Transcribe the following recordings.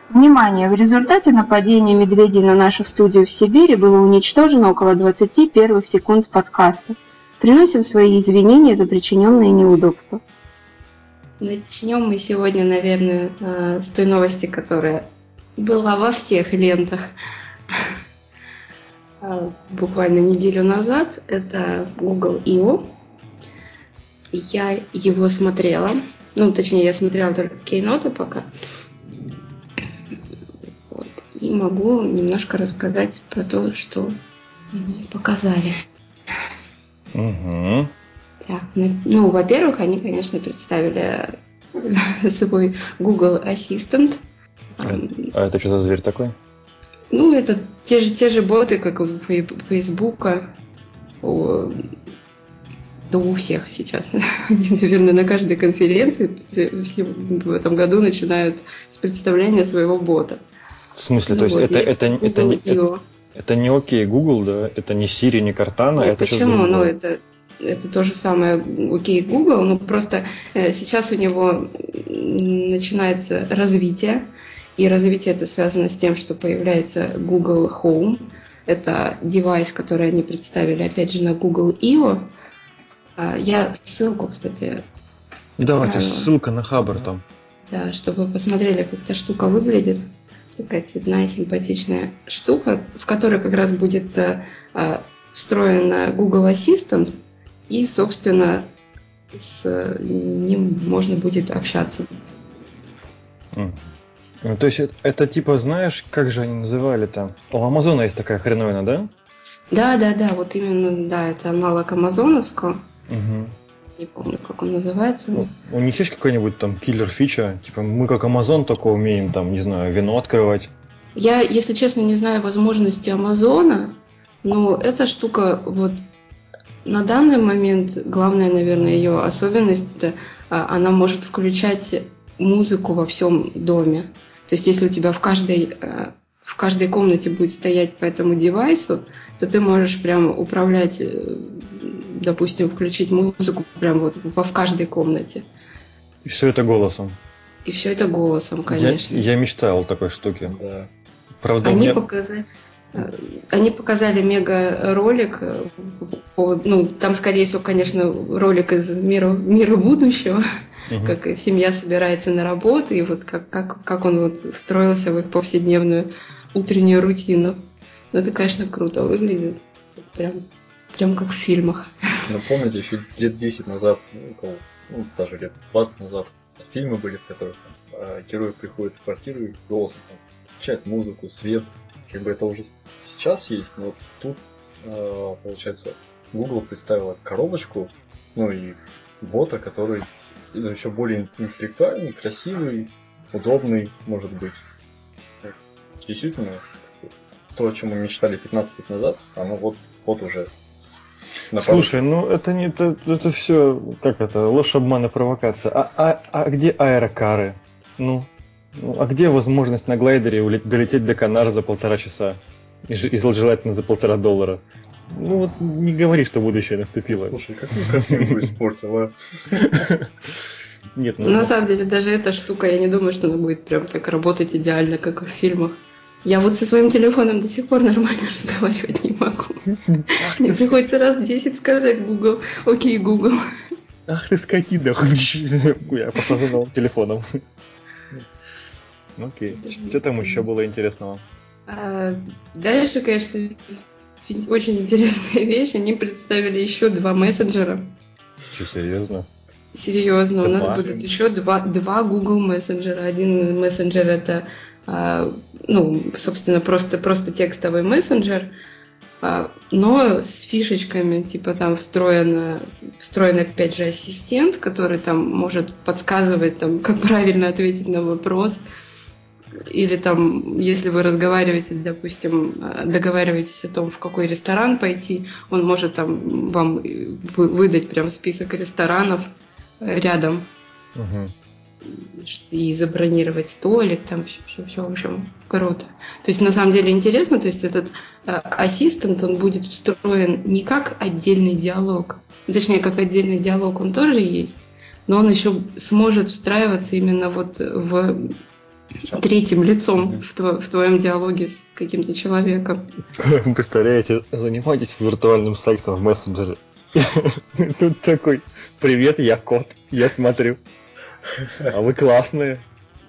Внимание! В результате нападения медведей на нашу студию в Сибири было уничтожено около 20 первых секунд подкаста. Приносим свои извинения за причиненные неудобства. Начнем мы сегодня, наверное, с той новости, которая была во всех лентах буквально неделю назад. Это Google I.O. Я его смотрела. Точнее, я смотрела только кейноты пока. И могу немножко рассказать про то, что они показали. Угу. Так, во-первых, они, конечно, представили свой Google Assistant. А это что за зверь такой? Это те же боты, как у Фейсбука. У всех сейчас. Они, наверное, на каждой конференции в этом году начинают с представления своего бота. В смысле, то есть это не окей Google, да? Это не Siri, не Cortana? Нет, это почему? Это то же самое окей Google, но просто сейчас у него начинается развитие, и развитие это связано с тем, что появляется Google Home. Это девайс, который они представили, опять же, на Google I.O. Я ссылку, кстати, давайте, ссылка на Хабр там. Да, чтобы вы посмотрели, как эта штука выглядит. Такая цветная, симпатичная штука, в которой как раз будет встроен Google Assistant, и, собственно, с ним можно будет общаться. То есть это типа, знаешь, как же они называли там? У Амазона есть такая хреновина, да? Да, вот именно, да, это аналог амазоновского. Угу. Не помню, как он называется. У них есть какой-нибудь там киллер-фича? Типа мы как Амазон только умеем там, не знаю, вино открывать. Я, если честно, не знаю возможности Амазона, но эта штука вот на данный момент, главная, наверное, ее особенность, это она может включать музыку во всем доме. То есть если у тебя в каждой комнате будет стоять по этому девайсу, то ты можешь прям управлять, допустим, включить музыку прям вот в каждой комнате. И все это голосом. И все это голосом, конечно. Я мечтал о такой штуке. Да. Правда, они показали мега-ролик. Там, скорее всего, конечно, ролик из мира будущего, как семья собирается на работу, и вот как он вот встроился в их повседневную утреннюю рутину. Это, конечно, круто выглядит. Прям как в фильмах. Помните, еще лет 10 назад, даже лет 20 назад, фильмы были, в которых герой приходит в квартиру и голосом включает музыку, свет. Как бы это уже сейчас есть, но тут, получается, Google представила коробочку, и бота, который еще более интеллектуальный, красивый, удобный, может быть. Действительно, то, о чем мы мечтали 15 лет назад, оно вот уже. Слушай, это все, как это, ложь, обман и провокация. А где аэрокары? А где возможность на глайдере долететь до Канар за 1,5 часа? И желательно за $1,5. Не говори, что будущее наступило. Слушай, какую картинку испортила? Нет, на самом деле, даже эта штука, я не думаю, что она будет прям так работать идеально, как в фильмах. Я вот со своим телефоном до сих пор нормально разговаривать не могу. Мне приходится раз 10 сказать Google, окей, Google. Ах ты скотина. Я пошла за новым телефоном. Окей. Что там еще было интересного? Дальше, конечно, очень интересная вещь. Они представили еще 2 мессенджера. Что, серьезно? Серьезно. У нас будут еще два Google мессенджера. Один мессенджер это, собственно, просто текстовый мессенджер, но с фишечками, типа там встроен опять же ассистент, который там может подсказывать, там, как правильно ответить на вопрос. Или там, если вы разговариваете, допустим, договариваетесь о том, в какой ресторан пойти, он может там вам выдать прям список ресторанов рядом. И забронировать столик, там все, в общем, круто. То есть, на самом деле, интересно, то есть, этот ассистент, он будет встроен не как отдельный диалог, точнее, как отдельный диалог он тоже есть, но он еще сможет встраиваться именно вот в третьим лицом в твоем диалоге с каким-то человеком. Представляете, занимаетесь виртуальным сексом в мессенджере. Тут такой: привет, я кот, я смотрю. А вы классные.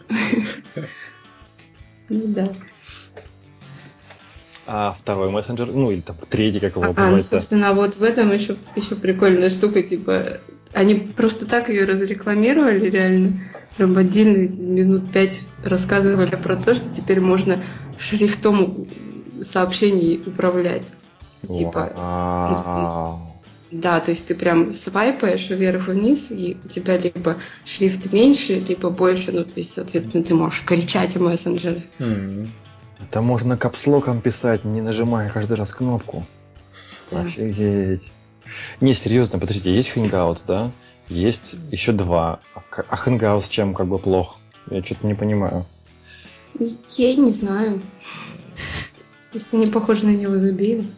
Ну да. А второй мессенджер, ну или там третий, как его Ну, называется. собственно, вот в этом еще прикольная штука, типа, они просто так ее разрекламировали, реально, прям отдельно минут 5 рассказывали про то, что теперь можно шрифтом сообщений управлять. Типа, Вау. да, то есть ты прям свайпаешь вверх-вниз, и у тебя либо шрифт меньше, либо больше, ну, то есть, соответственно, ты можешь кричать в мессенджере. Это можно капслоком писать, не нажимая каждый раз кнопку. Да. Офигеть. Не, серьезно, подождите, есть Hangouts, да? Есть еще два. А Hangouts чем как бы плох? Я что-то не понимаю. Я не знаю. То есть они похожи на него забили.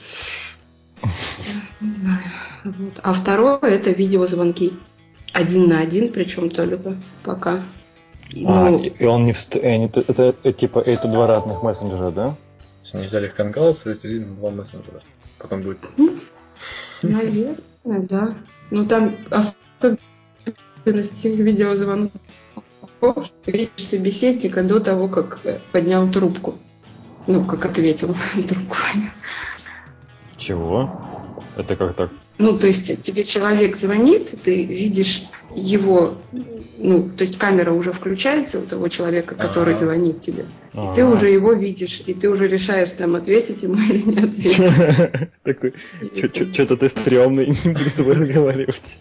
Не знаю. Вот. А второе это видеозвонки. 1 на 1, причем только пока. И он не это типа это два разных мессенджера, да? Они взяли в Hangouts и разделили на два мессенджера. Потом будет. Наверное, да. Ну там особенности видеозвонков. Видишь собеседника до того, как поднял трубку. Ну, как ответил трубку. Чего? Это как так? Ну, то есть тебе человек звонит, ты видишь его, ну, то есть камера уже включается у того человека, который звонит тебе. И ты уже его видишь, и ты уже решаешь, там, ответить ему или не ответить. Такой, что-то ты стрёмный, не буду с тобой разговаривать.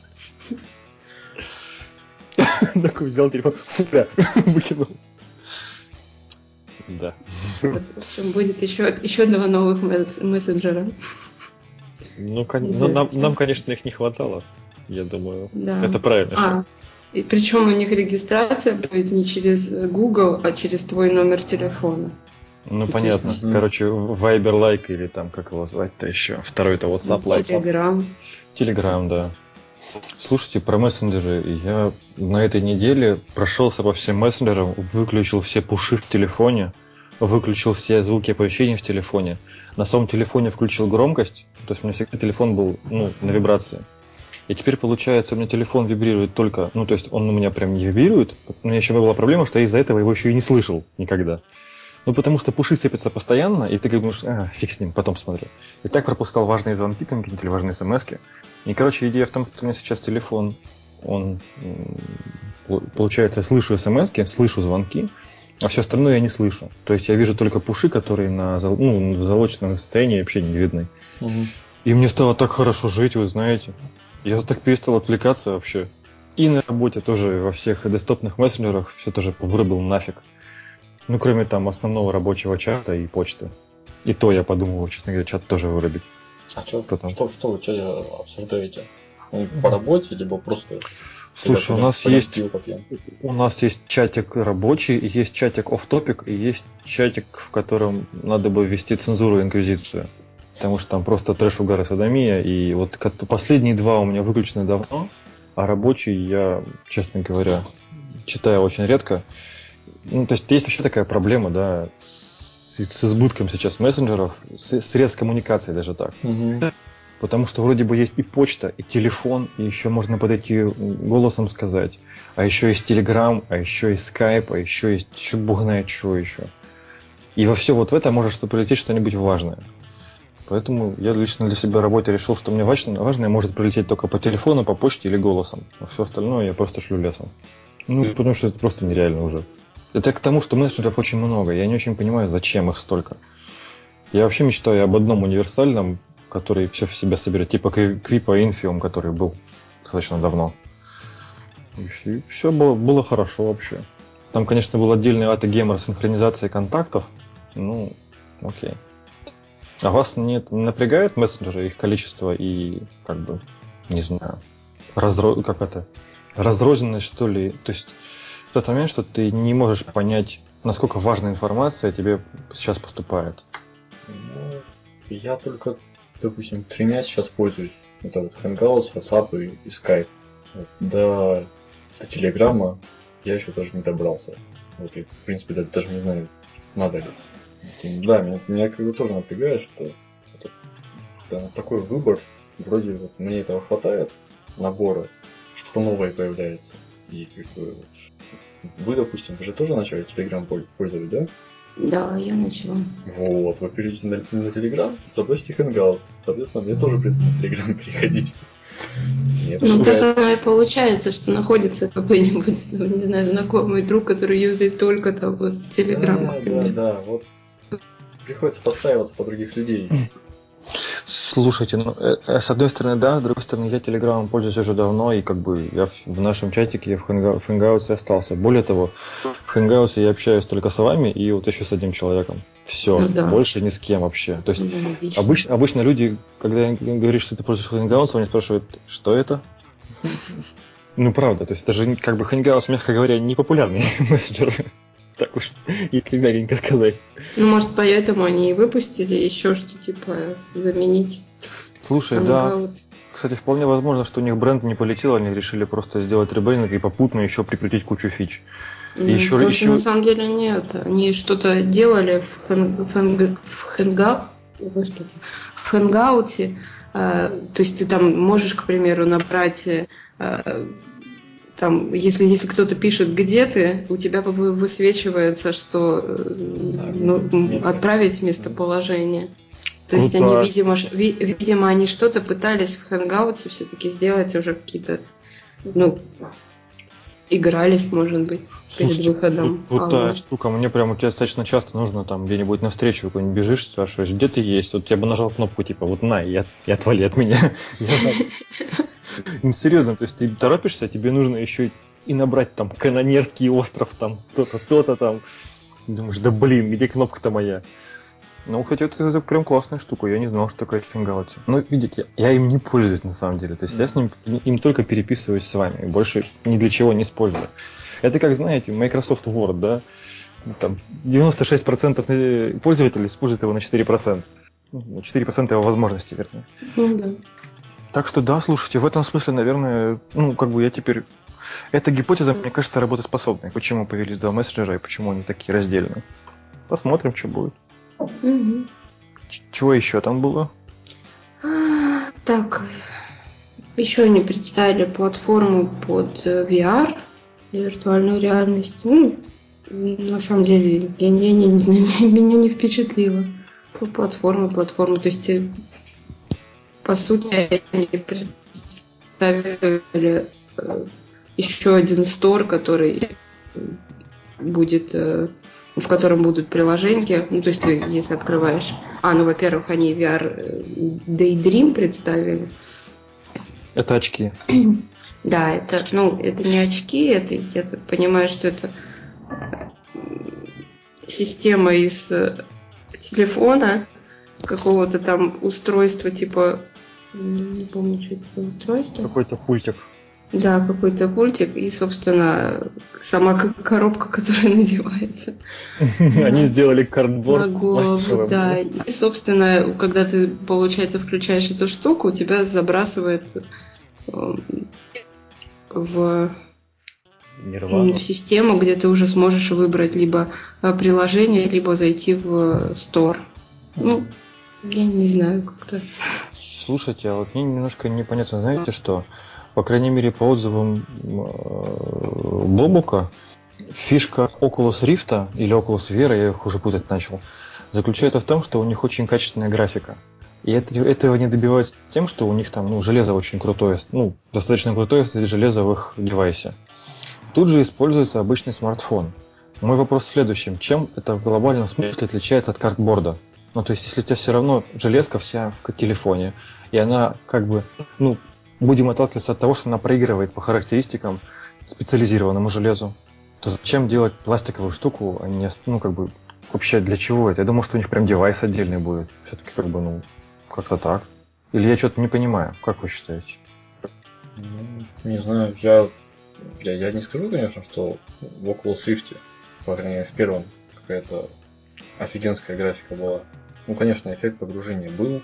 Такой взял телефон, фу, выкинул. Да. В общем, будет еще два новых мессенджера. Ну, нам, конечно, их не хватало, я думаю. Да. Это правильно шаг. И причем у них регистрация будет не через Google, а через твой номер телефона. Ну, понятно. Короче, Viber Like или там, как его звать-то еще? Второй-то WhatsApp Like. Telegram, да. Слушайте, про мессенджеры. Я на этой неделе прошелся по всем мессенджерам, выключил все пуши в телефоне, выключил все звуки оповещений в телефоне. На самом телефоне включил громкость, то есть у меня всегда телефон был на вибрации. И теперь, получается, у меня телефон вибрирует только, ну, то есть он у меня прям не вибрирует. У меня еще была проблема, что я из-за этого его еще и не слышал никогда. Ну, потому что пуши сыпятся постоянно, и ты думаешь, фиг с ним, потом смотрю. И так пропускал важные звонки там какие-то или важные смс-ки. И, короче, идея в том, что у меня сейчас телефон, он, получается, я слышу смс-ки, слышу звонки, а все остальное я не слышу. То есть я вижу только пуши, которые в залоченном состоянии вообще не видны. И мне стало так хорошо жить, вы знаете. Я так перестал отвлекаться вообще. И на работе тоже во всех десктопных мессенджерах все тоже вырубил нафиг. Ну, кроме там основного рабочего чата и почты. И то я подумал, честно говоря, чат тоже вырубить. А что вы что обсуждаете? По работе, либо просто... Слушай, у нас есть чатик рабочий, есть чатик off-topic, и есть чатик, в котором надо бы ввести цензуру и инквизицию. Потому что там просто трэш, угар и содомия. И вот последние два у меня выключены давно, а рабочий я, честно говоря, читаю очень редко. Ну, то есть вообще такая проблема, да, с избытком сейчас мессенджеров, средств коммуникации даже так. Потому что вроде бы есть и почта, и телефон, и еще можно подойти голосом сказать. А еще есть Telegram, а еще есть Skype, а еще есть бог знает что еще. И во все вот в это может прилететь что-нибудь важное. Поэтому я лично для себя в работе решил, что мне важное может прилететь только по телефону, по почте или голосом. А все остальное я просто шлю лесом. Ну, потому что это просто нереально уже. Это к тому, что мессенджеров очень много. Я не очень понимаю, зачем их столько. Я вообще мечтаю об одном универсальном, который все в себя соберет, типа Крипа Инфиум, который был достаточно давно. И все было хорошо вообще. Там, конечно, был отдельный АТ-гемор синхронизации контактов. Ну, окей. А вас не напрягают мессенджеры, их количество и, как бы, не знаю, разрозненность, что ли? То есть тот момент, что ты не можешь понять, насколько важная информация тебе сейчас поступает. Ну, я только, допустим, 3 сейчас пользуюсь. Это вот Hangouts, WhatsApp и Skype. Вот. До Телеграма я еще даже не добрался. Вот, и, в принципе, даже не знаю, надо ли. Да, меня как бы тоже напрягает, что такой выбор, вроде вот мне этого хватает, набора, что новое появляется. И как бы вы, допустим, вы же тоже начали Telegram пользовать, да? Да, я начала. Вот, вы перейдете на Telegram, забросьте Hangout. Соответственно, мне тоже придется на Telegram переходить. Ну, так оно и получается, что находится какой-нибудь, не знаю, знакомый друг, который юзает только там вот Telegram. Да, вот приходится подстраиваться под других людей. Слушайте, ну, с одной стороны, да, с другой стороны, я Телеграмом пользуюсь уже давно, и как бы я в нашем чатике, я в Hangouts остался. Более того, в Hangouts я общаюсь только с вами и вот еще с одним человеком. Все, Ну, да. больше ни с кем вообще. То есть обычно люди, когда говоришь, что ты пользуешься Hangouts, они спрашивают, что это? Ну, правда, то есть это же как бы Hangouts, мягко говоря, не популярный мессенджер. Так уж, если мягенько сказать. Ну, может, поэтому они и выпустили еще что типа заменить. Слушай, Hangout. Да, кстати, вполне возможно, что у них бренд не полетел, они решили просто сделать ребрендинг и попутно еще прикрутить кучу фич. Потому что на самом деле нет, они что-то делали в Hangouts, то есть ты там можешь, к примеру, набрать там, если кто-то пишет, где ты, у тебя высвечивается, что отправить местоположение. То есть они, видимо, они что-то пытались в Hangouts все-таки сделать уже какие-то, игрались, может быть, перед выходом. Крутая штука, мне прям достаточно часто нужно там где-нибудь навстречу какой-нибудь бежишь, спрашиваешь, где ты есть, вот я бы нажал кнопку типа вот на, и отвали от меня. Ну серьезно, то есть ты торопишься, тебе нужно еще и набрать там Канонерский остров, там то-то там. Думаешь, да блин, где кнопка-то моя? Ну, хотя это прям классная штука, я не знал, что такое в Hangouts. Но, видите, я им не пользуюсь на самом деле, то есть я с им только переписываюсь с вами, больше ни для чего не использую. Это как, знаете, Microsoft Word, да, там 96% пользователей используют его на 4%. 4% его возможностей, вернее. Ну, да. Так что да, слушайте, в этом смысле, наверное, я теперь... Эта гипотеза, мне кажется, работоспособной. Почему появились два мессенджера и почему они такие раздельные. Посмотрим, что будет. Угу. Чего еще там было? Так, еще они представили платформу под VR, виртуальную реальность. На самом деле, я не знаю, меня не впечатлило. Платформа. То есть, по сути, они представили еще один стор, который будет, в котором будут приложения. То есть ты, если открываешь... во-первых, они VR Daydream представили. Это очки. Да, это не очки, это, я так понимаю, что это система из телефона, какого-то там устройства, типа, не помню, что это за устройство. Какой-то пультик. Да, какой-то пультик и, собственно, сама коробка, которая надевается. Они сделали картборд на голову, да. И, собственно, когда ты, получается, включаешь эту штуку, тебя забрасывает в систему, где ты уже сможешь выбрать либо приложение, либо зайти в Store. Я не знаю, как-то. Слушайте, а вот мне немножко непонятно, знаете что? По крайней мере, по отзывам Бобука, фишка Oculus Rift или Oculus VR, я их уже путать начал, заключается в том, что у них очень качественная графика. И этого не добиваются тем, что у них там железо очень крутое, достаточно крутое стоит железо в их девайсе. Тут же используется обычный смартфон. Мой вопрос в следующем. Чем это в глобальном смысле отличается от картборда? То есть, если у тебя все равно железка вся в телефоне, и она будем отталкиваться от того, что она проигрывает по характеристикам специализированному железу, то зачем делать пластиковую штуку, а не, вообще для чего это? Я думал, что у них прям девайс отдельный будет. Все-таки как-то так. Или я что-то не понимаю. Как вы считаете? Не знаю, я не скажу, конечно, что в Oculus Rift, по крайней мере, в первом какая-то офигенская графика была. Конечно, эффект погружения был.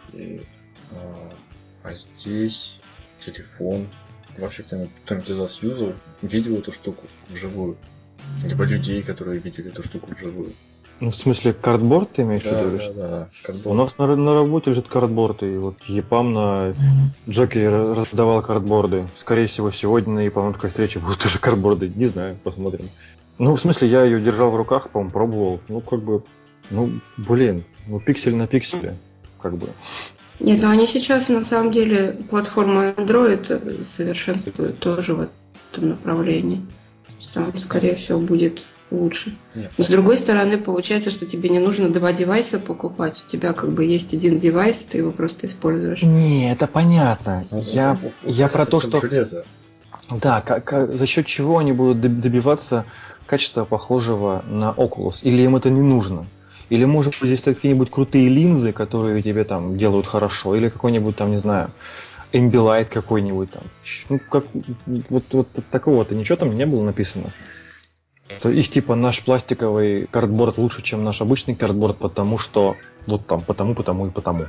А здесь телефон. Вообще кто-нибудь из вас видел эту штуку вживую? Либо людей, которые видели эту штуку вживую. Ну, в смысле, картборд ты имеешь в виду? Да, картборд. У нас на работе лежит картборд, и вот ЕПАМ на Джокере раздавал картборды. Скорее всего, сегодня на ЕПАМовской встрече будут тоже картборды. Не знаю, посмотрим. Ну, в смысле, я ее держал в руках, по-моему, пробовал. Ну, как бы, пиксель на пикселе, как бы. Нет, но они сейчас, на самом деле, платформа Android совершенствуют тоже в этом направлении. То есть там, скорее всего, будет лучше. Нет. Но с другой стороны, получается, что тебе не нужно 2 девайса покупать. У тебя как бы есть один девайс, ты его просто используешь. Не, это понятно. Я про то, что... Железо. Да, за счет чего они будут добиваться качества похожего на Oculus? Или им это не нужно? Или, может быть, здесь какие-нибудь крутые линзы, которые тебе там делают хорошо? Или какой-нибудь там, не знаю, Ambilight какой-нибудь там. Ну, как, вот такого-то ничего там не было написано. То их типа наш пластиковый картборд лучше, чем наш обычный картборд, потому что вот там, потому и потому.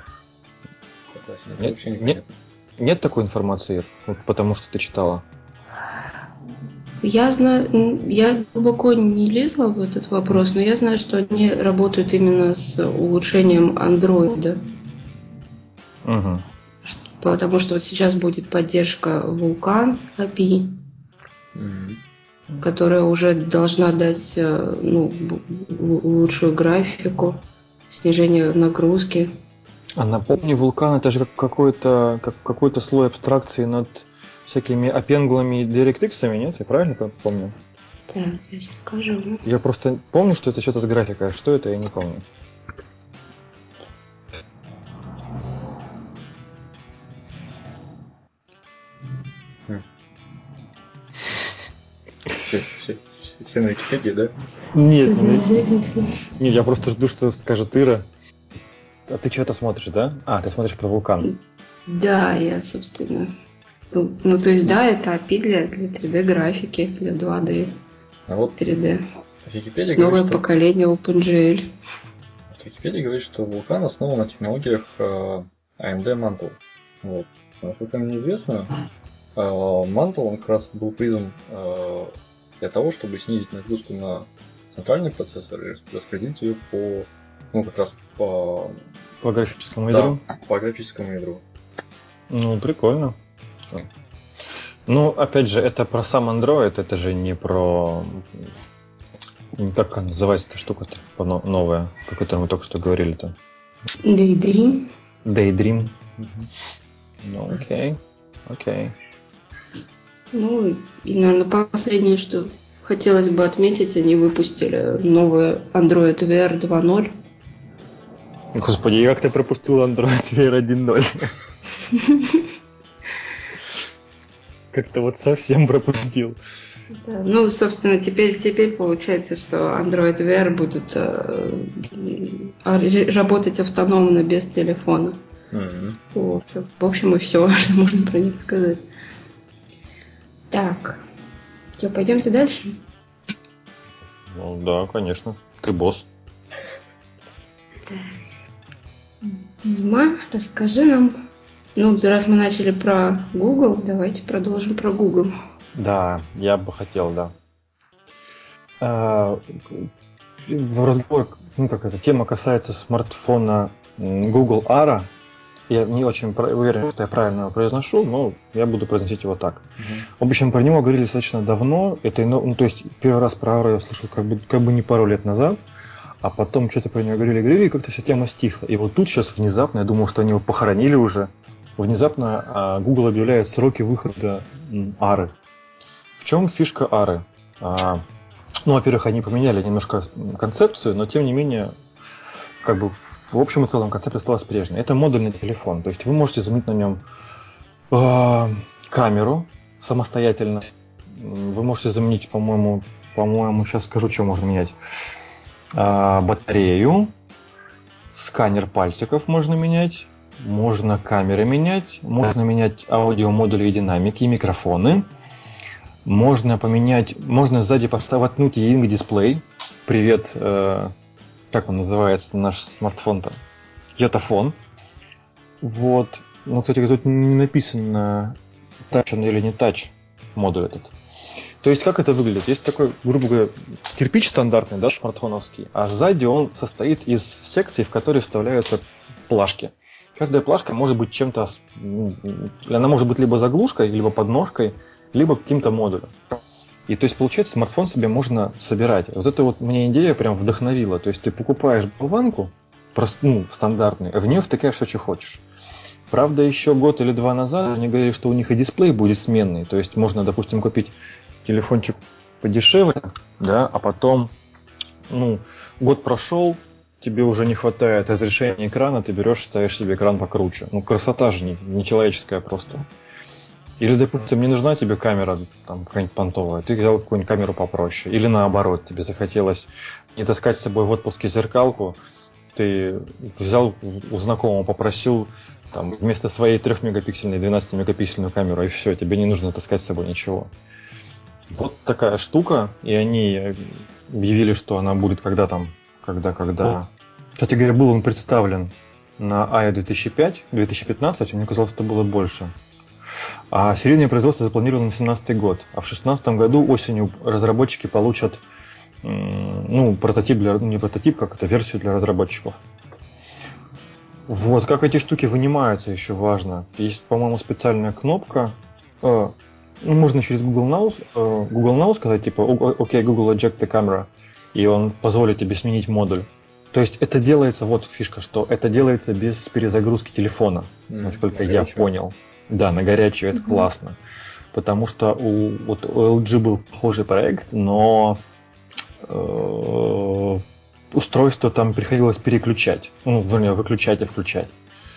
Нет такой информации, вот, потому что ты читала? Я знаю, я глубоко не лезла в этот вопрос, но я знаю, что они работают именно с улучшением андроида. Угу. Потому что вот сейчас будет поддержка Vulkan API, которая уже должна дать лучшую графику, снижение нагрузки. А напомни, Vulkan это же какой-то слой абстракции над всякими апенглами и DirectX, нет? Я правильно помню? Так, я сейчас скажу. Я просто помню, что это что-то с графикой, а что это, я не помню. Все на Википедии, да? Нет, я просто жду, что скажет Ира. А ты что-то смотришь, да? А, ты смотришь про Vulkan. Да, я, собственно... Ну, то есть, да, это API для 3D-графики, для 2D, а вот 3D. Википедия Новое говорит, поколение OpenGL. Википедия говорит, что Vulkan основан на технологиях AMD Mantle. Вот. Насколько мне известно, Mantle он как раз был призван для того, чтобы снизить нагрузку на центральный процессор и распределить ее по графическому ядру? Да, по графическому ядру. Ну, прикольно. Ну, опять же, это про сам Android, это же не про... Как называется эта штука-то новая, про которую мы только что говорили-то? Daydream. Daydream. Ну, окей. Ну, и, наверное, последнее, что хотелось бы отметить, они выпустили новый Android VR 2.0. Господи, как ты пропустил Android VR 1.0? Как-то вот совсем пропустил. Да, ну, собственно, теперь получается, что Android VR будет работать автономно без телефона. В общем, и все, что можно про них сказать. Так, что, пойдемте дальше? Ну да, конечно. Ты босс. Так. Дима, расскажи нам. Ну, раз мы начали про Google, давайте продолжим про Google. Да, я бы хотел, да. В разговор, тема касается смартфона Google Ara. Я не очень уверен, что я правильно его произношу, но я буду произносить его так. В общем, про него говорили достаточно давно. То есть первый раз про Ara я слышал как бы не пару лет назад, а потом что-то про него говорили, и как-то вся тема стихла. И вот тут сейчас внезапно, я думал, что они его похоронили уже, внезапно Google объявляет сроки выхода Ары. В чем фишка Ары? Во-первых, они поменяли немножко концепцию, но тем не менее, как бы в общем и целом концепция осталась прежней. Это модульный телефон, то есть вы можете заменить на нем камеру самостоятельно. Вы можете заменить, по-моему, сейчас скажу, что можно менять. Батарею, сканер пальчиков можно менять, можно камеры менять, можно менять аудиомодули и динамики, и микрофоны. Можно сзади воткнуть E-Ink дисплей. Привет, как он называется, наш смартфон-то? Йотафон. Вот. Ну, кстати, тут не написано, тач он или не тач модуль этот. То есть как это выглядит? Есть такой, грубо говоря, кирпич стандартный, да, смартфоновский, а сзади он состоит из секций, в которые вставляются плашки. Каждая плашка может быть чем-то, она может быть либо заглушкой, либо подножкой, либо каким-то модулем. И то есть, получается, смартфон себе можно собирать. Вот эта вот мне идея прям вдохновила. То есть ты покупаешь болванку, стандартную, а в нее втыкаешь все, что хочешь. Правда, еще год или два назад они говорили, что у них и дисплей будет сменный. То есть можно, допустим, купить телефончик подешевле, да, а потом, год прошел, тебе уже не хватает разрешения экрана, ты берешь, ставишь себе экран покруче. Красота же не человеческая просто. Или, допустим, не нужна тебе камера там какая-нибудь понтовая, ты взял какую-нибудь камеру попроще. Или наоборот, тебе захотелось не таскать с собой в отпуске зеркалку, ты взял у знакомого, попросил там, вместо своей 3-мегапиксельной 12-мегапиксельную камеру, и все, тебе не нужно таскать с собой ничего. Вот такая штука, и они объявили, что она будет когда. Кстати говоря, был он представлен на IO 2015, мне казалось, что было больше. А серийное производство запланировано на 2017 год. А в 2016 году осенью разработчики получат прототип не прототип, как это, версию для разработчиков. Вот, как эти штуки вынимаются, еще важно. Есть, по-моему, специальная кнопка. Можно через Google Now сказать, типа, окей, Google eject the camera, и он позволит тебе сменить модуль. То есть это делается, вот фишка, что это делается без перезагрузки телефона, насколько я понял. Да, на горячую, это классно. Потому что у LG был похожий проект, но устройство там приходилось переключать. Выключать и включать.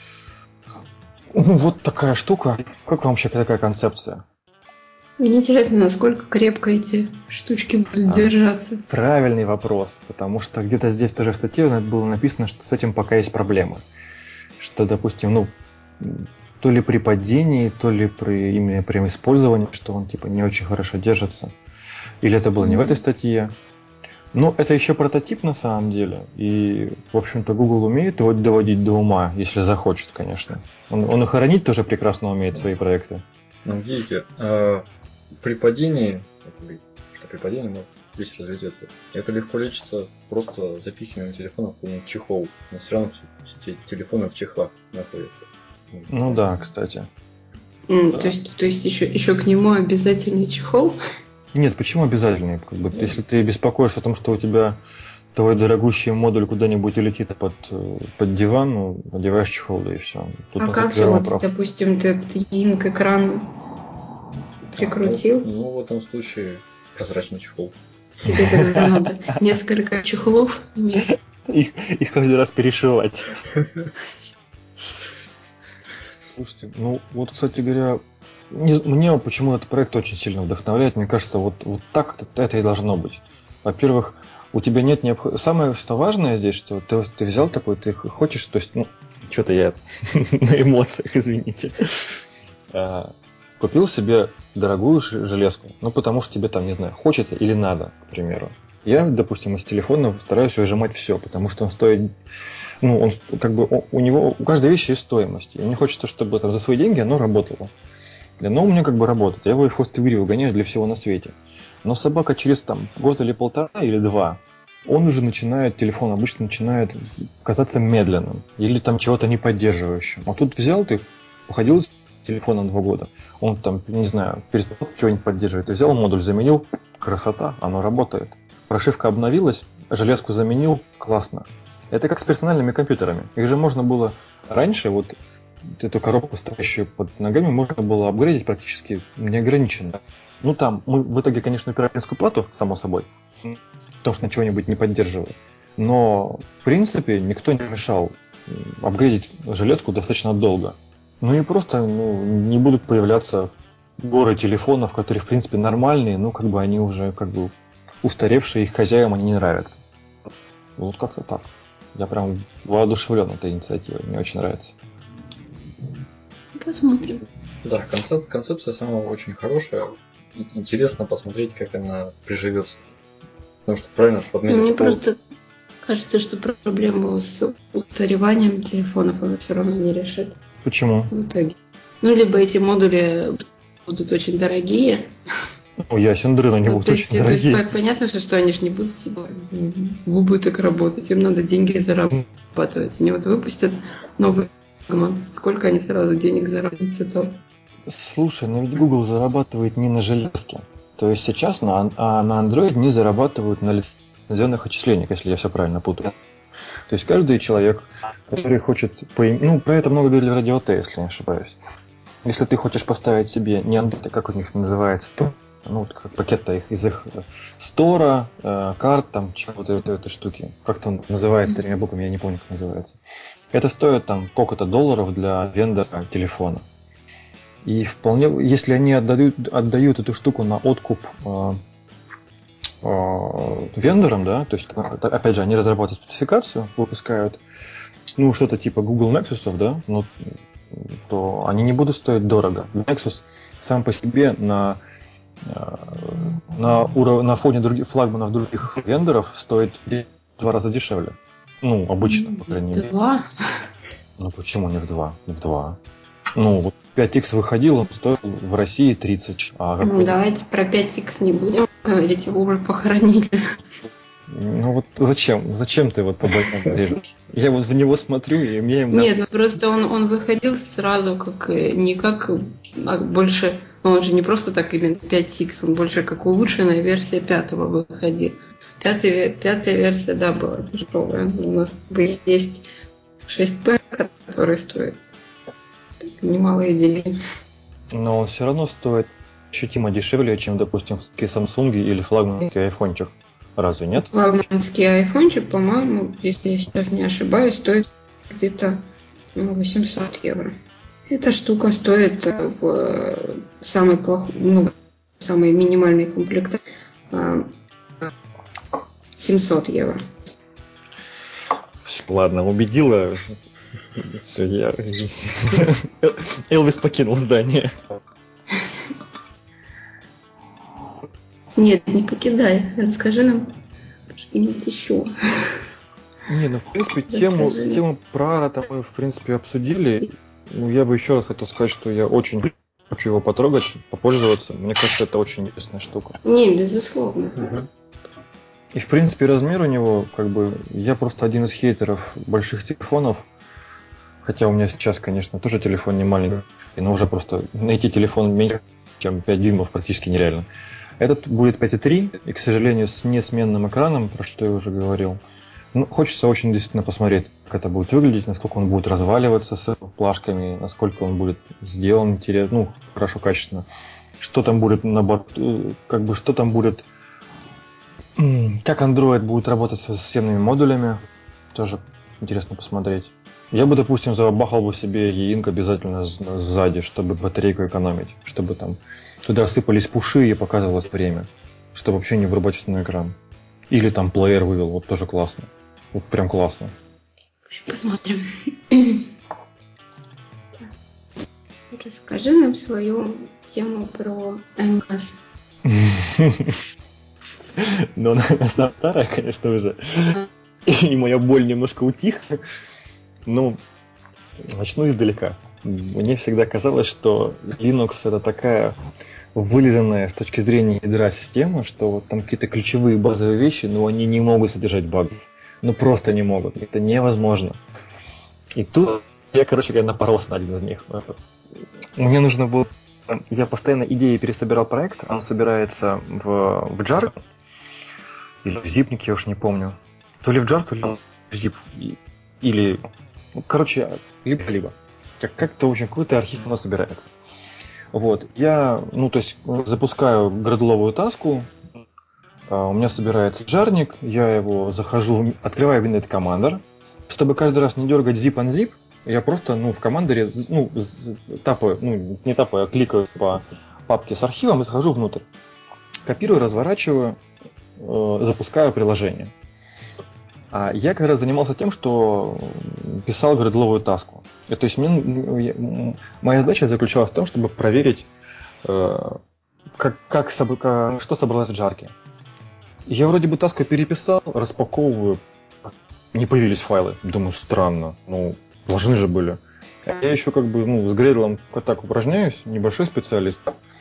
Вот такая штука. Как вам вообще такая концепция? Мне интересно, насколько крепко эти штучки будут держаться. Правильный вопрос, потому что где-то здесь тоже в статье было написано, что с этим пока есть проблемы. Что, допустим, то ли при падении, то ли именно при использовании, что он типа не очень хорошо держится. Или это было не в этой статье. Но это еще прототип на самом деле. И, в общем-то, Google умеет его доводить до ума, если захочет, конечно. Он и хоронить тоже прекрасно умеет свои проекты. Видите, при падении может весь разлететься. Это легко лечится просто запихиванием телефона в какой-нибудь чехол. Но все равно все телефоны в чехлах находятся. Да, кстати. То есть еще к нему обязательный чехол? Нет, почему обязательный? Если ты беспокоишься о том, что у тебя твой дорогущий модуль куда-нибудь улетит под диван, надеваешь чехол, да и все. Тут как же, допустим, ты этот инк-экран прикрутил? В этом случае прозрачный чехол. Тебе тогда надо несколько чехлов иметь. Их каждый раз перешивать. Слушайте, кстати говоря, мне почему этот проект очень сильно вдохновляет. Мне кажется, вот так это и должно быть. Во-первых, у тебя нет необходимости. Самое что важное здесь, что ты взял такой, ты хочешь, то есть, что-то я на эмоциях, извините. Купил себе дорогую железку, потому что тебе там, не знаю, хочется или надо, к примеру. Я, допустим, из телефона стараюсь выжимать все, потому что он стоит, у него, у каждой вещи есть стоимость. И мне хочется, чтобы за свои деньги оно работало. Но у меня работает. Я его и в хвост Тигри выгоняю для всего на свете. Но собака через год или полтора, или два, он уже телефон обычно начинает казаться медленным. Или чего-то не поддерживающим. А тут взял ты, походил с телефоном 2 года. Он перестал чего-нибудь поддерживать. Ты взял модуль, заменил, красота, оно работает. Прошивка обновилась, железку заменил, классно. Это как с персональными компьютерами. Их же можно было раньше, эту коробку, стоящую под ногами, можно было апгрейдить практически неограниченно. Мы в итоге, конечно, операционную плату, само собой, потому что на чего-нибудь не поддерживает. Но, в принципе, никто не мешал апгрейдить железку достаточно долго. И просто не будут появляться горы телефонов, которые, в принципе, нормальные, они уже устаревшие, их хозяевам они не нравятся. Вот как-то так. Я прям воодушевлен этой инициативой, мне очень нравится. Посмотрим. Да, концепция сама очень хорошая. Интересно посмотреть, как она приживется. Потому что правильно подметил. Мне просто кажется, что проблему с устареванием телефонов она все равно не решит. Почему? В итоге. Либо эти модули будут очень дорогие. Ну, ясен дрын, они будут очень дорогие. То есть понятно, что они же не будут в убыток работать, им надо деньги зарабатывать. Они вот выпустят новый флагман. Сколько они сразу денег заработают с этого? Слушай, но ведь Google зарабатывает не на железке. То есть сейчас на Android не зарабатывают на лицензионных отчислениях, если я все правильно путаю. То есть каждый человек, который хочет... про это много говорили в Радио Т, если не ошибаюсь. Если ты хочешь поставить себе не Android, как у них называется, как пакет из их стора, карт, там, чего-то этой штуки. Как-то он называется тремя буквами, я не помню, как называется. Это стоит там сколько-то $, для вендора телефона. И вполне, если они отдают эту штуку на откуп вендорам, да, то есть, опять же, они разрабатывают спецификацию, выпускают, что-то типа Google Nexus, да, то они не будут стоить дорого. Nexus сам по себе на фоне других флагманов других вендоров стоит в 2 раза дешевле. Обычно, по крайней мере. 2? Почему не в 2? В 2. 5X выходил, он стоил в России 30. Давайте про 5X не будем говорить, его уже похоронили. Зачем? Зачем ты по-больному режешь? Я в него смотрю, и мне... Нет, просто он выходил сразу больше... Он же не просто так именно 5X, он больше как улучшенная версия 5-го выходил. Пятая версия, да, была дешевая. У нас есть 6P, который стоит немалые деньги. Но он все равно стоит ощутимо дешевле, чем, допустим, Samsung или флагманский айфончик. Разве нет? Флагманский айфончик, по-моему, если я сейчас не ошибаюсь, стоит где-то 800 евро. Эта штука стоит в самой минимальной комплектации 700 евро. Ладно, убедила. Все, Элвис покинул здание. Нет, не покидай. Расскажи нам что-нибудь еще. В принципе, тему про Ара мы, в принципе, обсудили. Я бы еще раз хотел сказать, что я очень хочу его потрогать, попользоваться. Мне кажется, это очень интересная штука. Не, безусловно. И, в принципе, размер у него, я просто один из хейтеров больших телефонов. Хотя у меня сейчас, конечно, тоже телефон не маленький, но уже просто найти телефон меньше, чем 5 дюймов практически нереально. Этот будет 5,3 и, к сожалению, с несменным экраном, про что я уже говорил. Хочется очень действительно посмотреть, как это будет выглядеть, насколько он будет разваливаться с плашками, насколько он будет сделан интересно, хорошо, качественно. Что там будет на борту, что там будет, как Android будет работать со системными модулями, тоже интересно посмотреть. Я бы, допустим, забахал бы себе e-ink обязательно сзади, чтобы батарейку экономить, чтобы там туда сыпались пуши и показывалось время, чтобы вообще не врубать основной экран. Или там плеер вывел, вот тоже классно. Вот прям классно. Посмотрим. Расскажи нам свою тему про МКС. Но она старая, конечно, уже. И моя боль немножко утихла. Начну издалека. Мне всегда казалось, что Linux это такая вылизанная с точки зрения ядра система, что вот там какие-то ключевые базовые вещи, они не могут содержать багов. Просто не могут. Это невозможно. И тут я, напоролся на один из них. Мне нужно было... Я постоянно идеи пересобирал проект. Он собирается в jar или в zipник, я уж не помню. То ли в jar, то ли в zip. Или... либо-либо. Как-то, в общем, в какой-то архив оно собирается. Вот. Я, запускаю градловую таску, у меня собирается джарник, я его захожу, открываю Windows Commander. Чтобы каждый раз не дергать zip-unzip, я просто, в командере, кликаю по папке с архивом и захожу внутрь. Копирую, разворачиваю, запускаю приложение. А я как раз занимался тем, что писал градловую таску. То есть моя задача заключалась в том, чтобы проверить, что собралось в джарке. Я вроде бы таску переписал, распаковываю, не появились файлы. Думаю, странно, должны же были. Я еще с грейдлом так упражняюсь, небольшой специалист.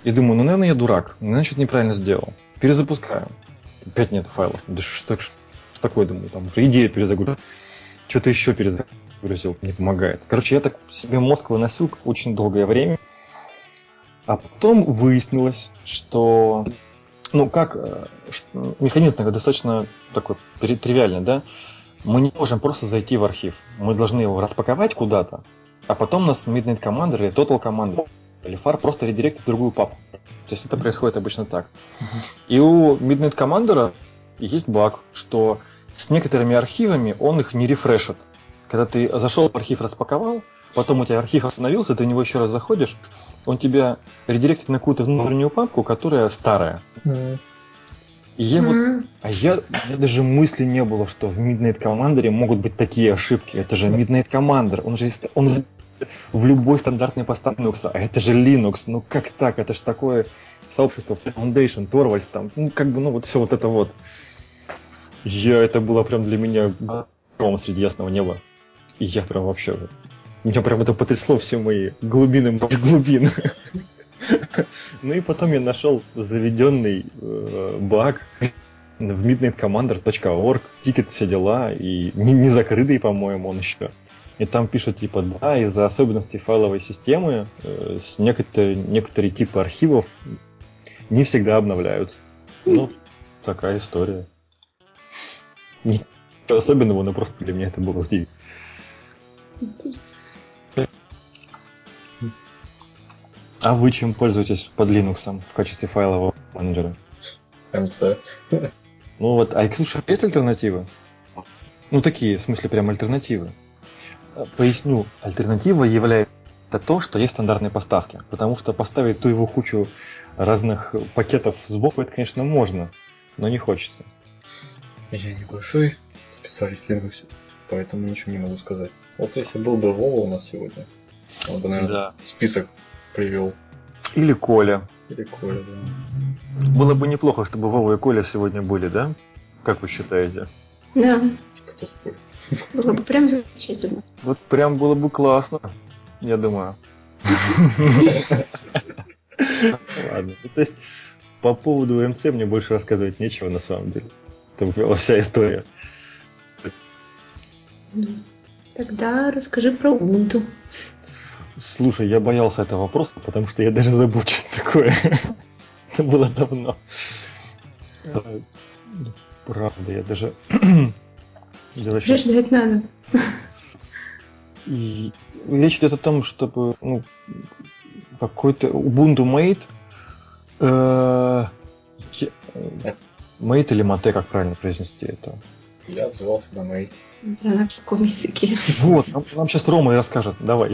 И думаю, ну, наверное, я дурак. Наверное, что-то неправильно сделал. Перезапускаю. Опять нет файлов. Да что такое, думаю, там уже идея перезагрузить. Что-то еще перезагрузил, не помогает. Короче, я так себе мозг выносил очень долгое время. А потом выяснилось, что... Ну, как... Механизм достаточно такой тривиальный, да? Мы не можем просто зайти в архив. Мы должны его распаковать куда-то, а потом нас Midnight Commander или Total Commander или FAR просто редиректит в другую папку. То есть это происходит обычно так. И у Midnight Commander есть баг, что с некоторыми архивами он их не рефрешит. Когда ты зашел в архив, распаковал, потом у тебя архив остановился, ты в него еще раз заходишь, он тебя редиректит на какую-то внутреннюю папку, которая старая. И я даже мысли не было, что в Midnight Commander могут быть такие ошибки. Это же Midnight Commander, он же в любой стандартной поставке Linux, а это же Linux. Ну как так? Это же такое сообщество Foundation, Torvalds там, ну как бы, ну вот все вот это вот. Это было прям для меня громом среди ясного неба. И я прям вообще, меня прям это потрясло все мои глубины моих глубин. Ну и потом я нашел заведенный баг в midnightcommander.org, тикет, все дела, и не закрытый, по-моему, он еще. И там пишут, типа, да, из-за особенностей файловой системы некоторые типы архивов не всегда обновляются. Ну, такая история. Ничего особенного, но просто для меня это было удивительно. А вы чем пользуетесь под Linux в качестве файлового менеджера? MC. Ну вот, а слушай, есть альтернативы? Ну такие, в смысле прям альтернативы. Поясню, альтернатива является то, что есть стандартные поставки. Потому что поставить ту его кучу разных пакетов сбоку, это, конечно, можно, но не хочется. Я небольшой специалист Linux, поэтому ничего не могу сказать. Вот если был бы Вова у нас сегодня, он бы, наверное, список привел. Или Коля. Да. Было бы неплохо, чтобы Вова и Коля сегодня были, да? Как вы считаете? Да. Кто спорит? Было бы прям замечательно. Вот прям было бы классно, я думаю. Ладно. То есть по поводу МЦ мне больше рассказывать нечего на самом деле. Это была вся история. Тогда расскажи про Ubuntu. Слушай, я боялся этого вопроса, потому что я даже забыл, что это такое. Это было давно. Правда, я даже... Ждать надо. И речь идет о том, чтобы какой-то Ubuntu Mate, Mate или Mate, как правильно произнести это? Я отзывался на Mate. Смотря на каком языке. Вот, нам сейчас Рома и расскажет. Давай.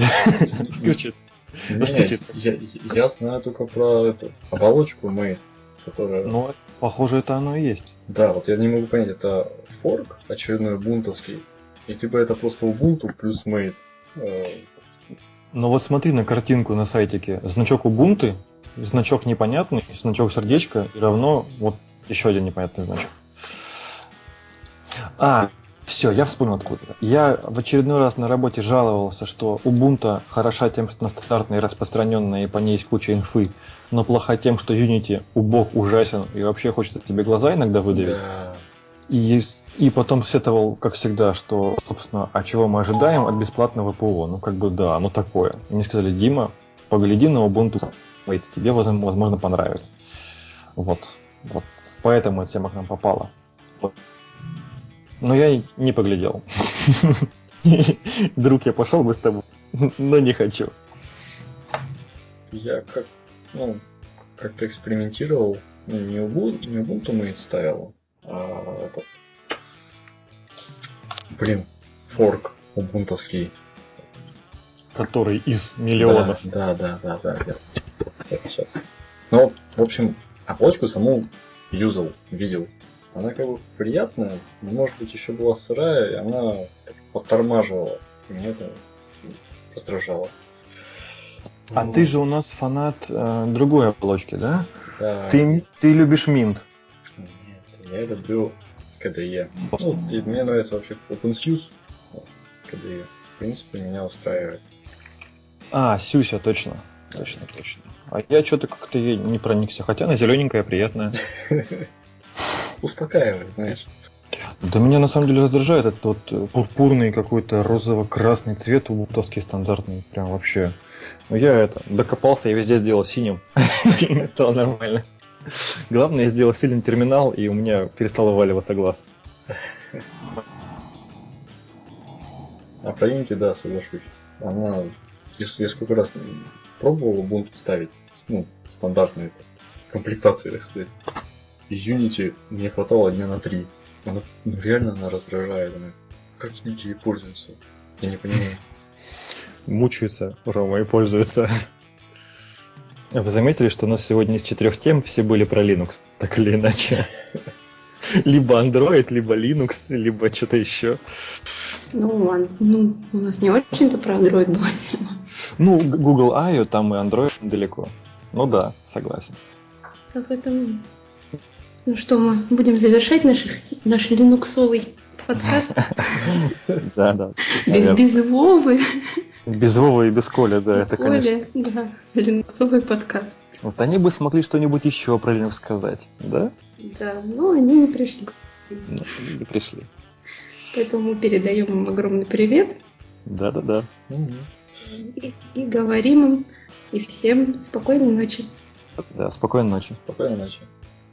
Я знаю только про эту оболочку Mate, которая... Ну, похоже, это оно и есть. Да, вот я не могу понять, это форк очередной бунтовский, и типа это просто Ubuntu плюс Mate. Но вот смотри на картинку на сайтике. Значок Ubuntu, значок непонятный, значок сердечко и равно вот еще один непонятный значок. Все, я вспомнил откуда. Я в очередной раз на работе жаловался, что Ubuntu хороша тем, что она стандартная и распространенная, и по ней есть куча инфы, но плоха тем, что Unity убог, ужасен, и вообще хочется тебе глаза иногда выдавить. Да. И потом сетовал, как всегда, что, собственно, а чего мы ожидаем от бесплатного ПО? Ну, как бы, да, оно такое. И мне сказали, Дима, погляди на Ubuntu, тебе, возможно, понравится. Вот. Поэтому эта тема к нам попала. Но я не поглядел. Друг, я пошел бы с тобой, но не хочу. Я как-то экспериментировал, не Ubuntu Mate ставил, а этот... форк убунтовский. Который из миллионов. Да. Сейчас. Ну, в общем, оболочку саму видел. Она как бы приятная, но может быть еще была сырая, и она подтормаживала. И меня это раздражало. А ты же у нас фанат другой оболочки, да? Да. Ты любишь Mint? Нет, я люблю KDE. И мне нравится вообще OpenSUSE. KDE. В принципе, меня устраивает. Сюся, точно. Точно. А я что-то как-то не проникся, хотя она зелененькая, приятная. Успокаивает, знаешь. Да меня на самом деле раздражает этот вот пурпурный какой-то розово-красный цвет улутовский стандартный. Прям вообще. Но я докопался, я везде сделал синим. И стало нормально. Главное, я сделал сильный терминал, и у меня перестал вываливаться глаз. А про Unity, да, соглашусь. Она, я сколько раз пробовал Ubuntu ставить, стандартные комплектации, так сказать. Из Unity мне хватало дня на 3. Она, реально она раздражает. Как люди ей пользуются? Я не понимаю. Мучаются, Рома, и пользуются. Вы заметили, что у нас сегодня из 4 тем все были про Linux, так или иначе? Либо Android, либо Linux, либо что-то еще. У нас не очень-то про Android была тема. Google I.O., там и Android далеко. Ну да, согласен. А поэтому... Ну что, мы будем завершать наш линуксовый подкаст? Да. Без Вовы. Без Вовы и без Коли, да, это, конечно. Да, линуксовый подкаст. Вот они бы смогли что-нибудь еще про Linux сказать, да? Да, но они не пришли. Не пришли. Поэтому мы передаем им огромный привет. Да. И говорим им, и всем спокойной ночи. Да, спокойной ночи. Спокойной ночи.